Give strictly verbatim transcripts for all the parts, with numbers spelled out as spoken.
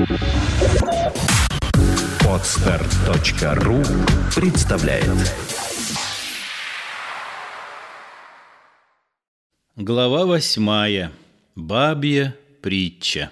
Подстер точка ру представляет. Глава восьмая. Бабья притча.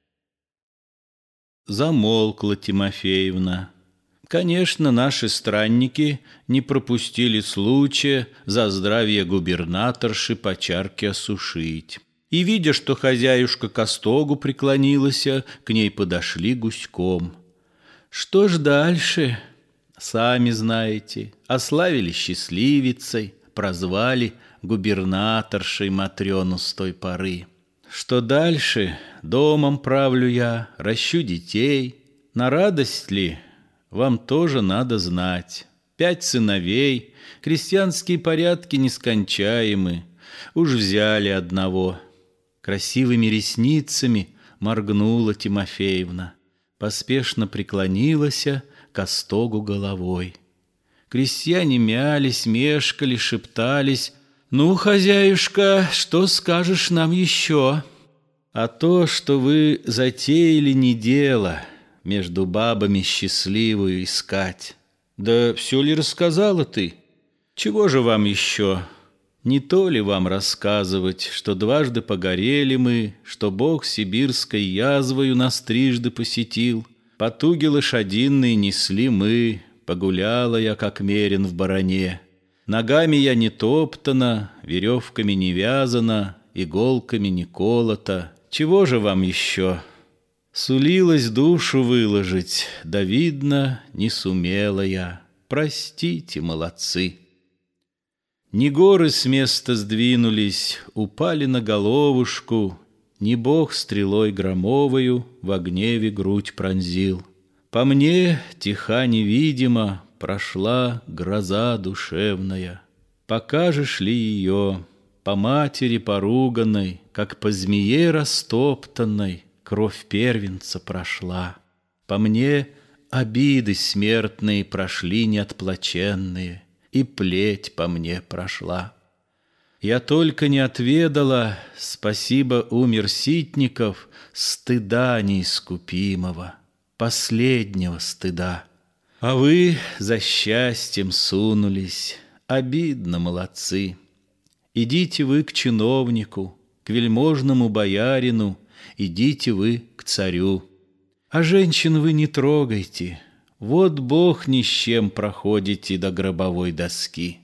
Замолкла Тимофеевна. Конечно, наши странники не пропустили случая за здравие губернаторши по чарке осушить. И, видя, что хозяюшка к остогу преклонилась, к ней подошли гуськом. Что ж дальше? Сами знаете, ославили счастливицей, прозвали губернаторшей Матрёну с той поры. Что дальше? Домом правлю я, ращу детей. На радость ли? Вам тоже надо знать. Пять сыновей, крестьянские порядки нескончаемы. Уж взяли одного. Красивыми ресницами моргнула Тимофеевна. Поспешно преклонилась к остогу головой. Крестьяне мялись, мешкали, шептались. «Ну, хозяюшка, что скажешь нам еще?» «А то, что вы затеяли, не дело между бабами счастливую искать». «Да все ли рассказала ты? Чего же вам еще? Не то ли вам рассказывать, что дважды погорели мы, что Бог сибирской язвою нас трижды посетил, потуги лошадиные несли мы, погуляла я, как мерин в баране. Ногами я не топтана, веревками не вязана, иголками не колота. Чего же вам еще? Сулилась душу выложить, да, видно, не сумела я. Простите, молодцы». Ни горы с места сдвинулись, упали на головушку, ни Бог стрелой громовою во гневе грудь пронзил. По мне, тиха невидимо, прошла гроза душевная. Покажешь ли ее, по матери поруганной, как по змее растоптанной, кровь первенца прошла. По мне, обиды смертные прошли неотплаченные, и плеть по мне прошла. Я только не отведала, спасибо умер Ситников, стыда неискупимого, последнего стыда. А вы за счастьем сунулись, обидно, молодцы. Идите вы к чиновнику, к вельможному боярину, идите вы к царю. А женщин вы не трогайте. Вот Бог ни с чем проходите до гробовой доски.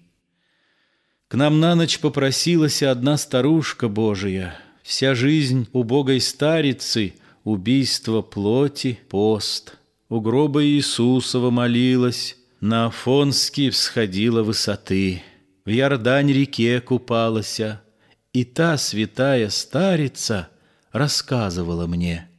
К нам на ночь попросилась одна старушка Божия. Вся жизнь убогой старицы — убийство плоти, пост. У гроба Иисусова молилась, на Афонский всходила высоты, в Иордань-реке купалася, и та святая старица рассказывала мне: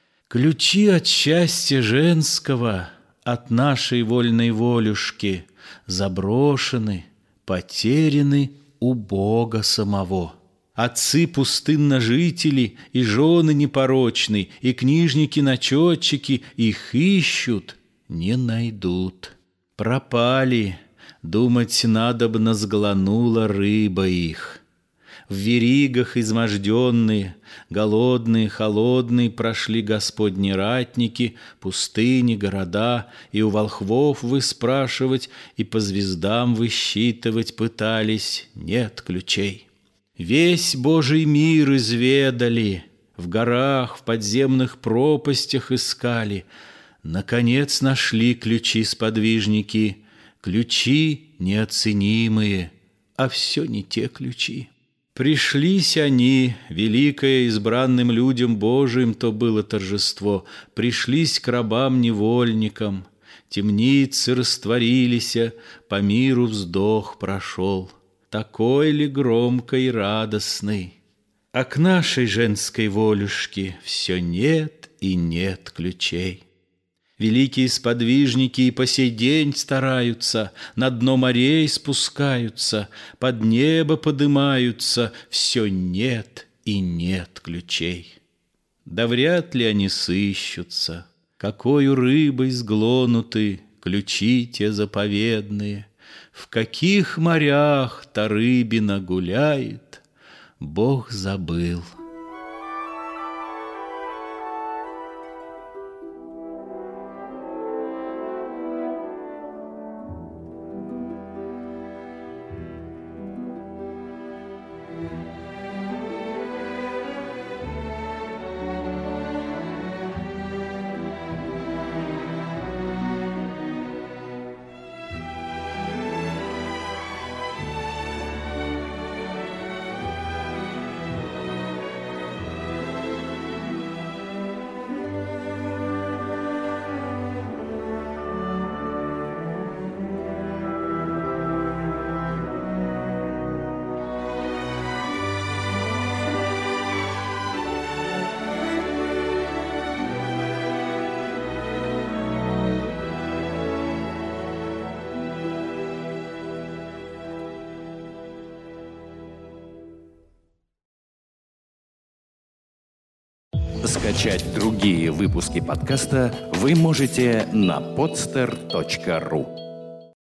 ключи от счастья женского от нашей вольной волюшки заброшены, потеряны у Бога самого. Отцы пустынножители и жены непорочны, и книжники-начетчики их ищут, не найдут. Пропали, думать надобно, сгланула рыба их. В веригах изможденные, голодные, холодные прошли Господни ратники, пустыни, города, и у волхвов вы спрашивать, и по звездам высчитывать пытались, нет ключей. Весь Божий мир изведали, в горах, в подземных пропастях искали, наконец нашли ключи-сподвижники, ключи неоценимые, а все не те ключи. Пришлись они, великое избранным людям Божиим то было торжество, пришлись к рабам-невольникам, темницы растворились, по миру вздох прошел, такой ли громкий и радостный. А к нашей женской волюшке все нет и нет ключей. Великие сподвижники и по сей день стараются, на дно морей спускаются, под небо подымаются, все нет и нет ключей. Да вряд ли они сыщутся, какою рыбой сглонуты ключи те заповедные, в каких морях та рыбина гуляет, Бог забыл. Скачать другие выпуски подкаста вы можете на podster точка ру.